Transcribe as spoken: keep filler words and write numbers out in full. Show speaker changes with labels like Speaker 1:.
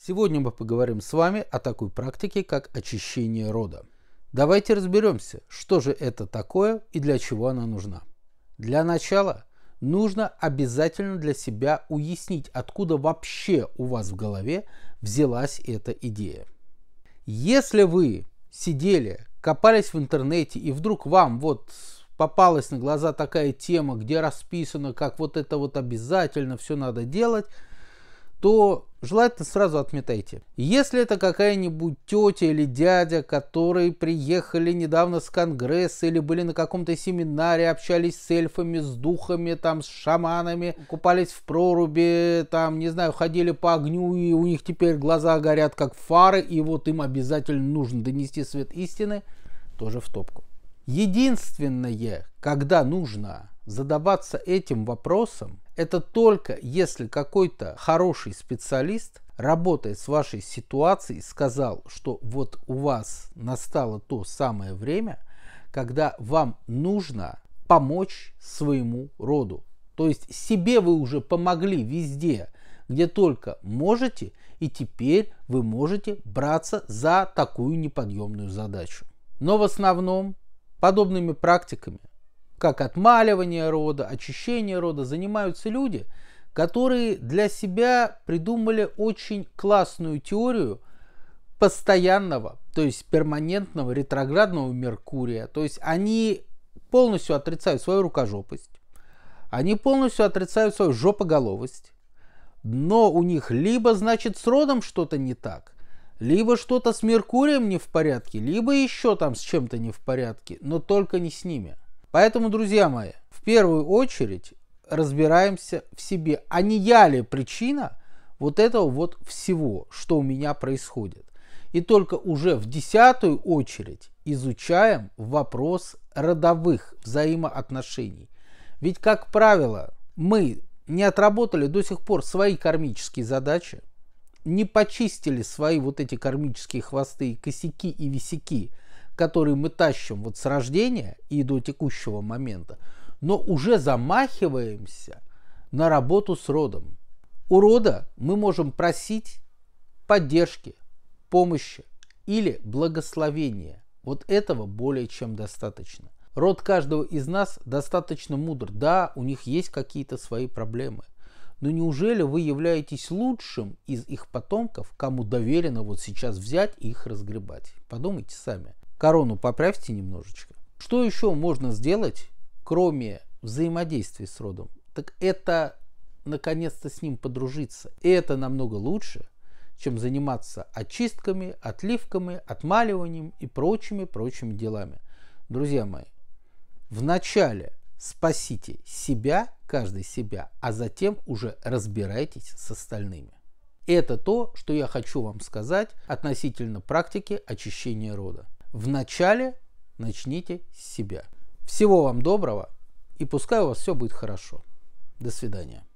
Speaker 1: Сегодня мы поговорим с вами о такой практике, как очищение рода. Давайте разберемся, что же это такое и для чего она нужна. Для начала нужно обязательно для себя уяснить, откуда вообще у вас в голове взялась эта идея. Если вы сидели, копались в интернете, и вдруг вам вот попалась на глаза такая тема, где расписано, как вот это вот обязательно все надо делать, то желательно сразу отметайте. Если это какая-нибудь тетя или дядя, которые приехали недавно с конгресса или были на каком-то семинаре, общались с эльфами, с духами, там, с шаманами, купались в проруби, там, не знаю, ходили по огню, и у них теперь глаза горят как фары, и вот им обязательно нужно донести свет истины, тоже в топку. Единственное, когда нужно задаваться этим вопросом, это только если какой-то хороший специалист, работая с вашей ситуацией, сказал, что вот у вас настало то самое время, когда вам нужно помочь своему роду. То есть себе вы уже помогли везде, где только можете, и теперь вы можете браться за такую неподъемную задачу. Но в основном подобными практиками, как отмаливание рода, очищение рода, занимаются люди, которые для себя придумали очень классную теорию постоянного, то есть перманентного ретроградного Меркурия. То есть они полностью отрицают свою рукожопость, они полностью отрицают свою жопоголовость, но у них либо, значит, с родом что-то не так, либо что-то с Меркурием не в порядке, либо еще там с чем-то не в порядке, но только не с ними. Поэтому, друзья мои, в первую очередь разбираемся в себе, а не я ли причина вот этого вот всего, что у меня происходит. И только уже в десятую очередь изучаем вопрос родовых взаимоотношений. Ведь, как правило, мы не отработали до сих пор свои кармические задачи, не почистили свои вот эти кармические хвосты, косяки и висяки, которые мы тащим вот с рождения и до текущего момента, но уже замахиваемся на работу с родом. У рода мы можем просить поддержки, помощи или благословения. Вот этого более чем достаточно. Род каждого из нас достаточно мудр. Да, у них есть какие-то свои проблемы. Но неужели вы являетесь лучшим из их потомков, кому доверено вот сейчас взять и их разгребать? Подумайте сами. Корону поправьте немножечко. Что еще можно сделать, кроме взаимодействия с родом? Так это наконец-то с ним подружиться. И это намного лучше, чем заниматься очистками, отливками, отмаливанием и прочими-прочими делами. Друзья мои, вначале спасите себя, каждый себя, а затем уже разбирайтесь с остальными. Это то, что я хочу вам сказать относительно практики очищения рода. Вначале начните с себя. Всего вам доброго, и пускай у вас все будет хорошо. До свидания.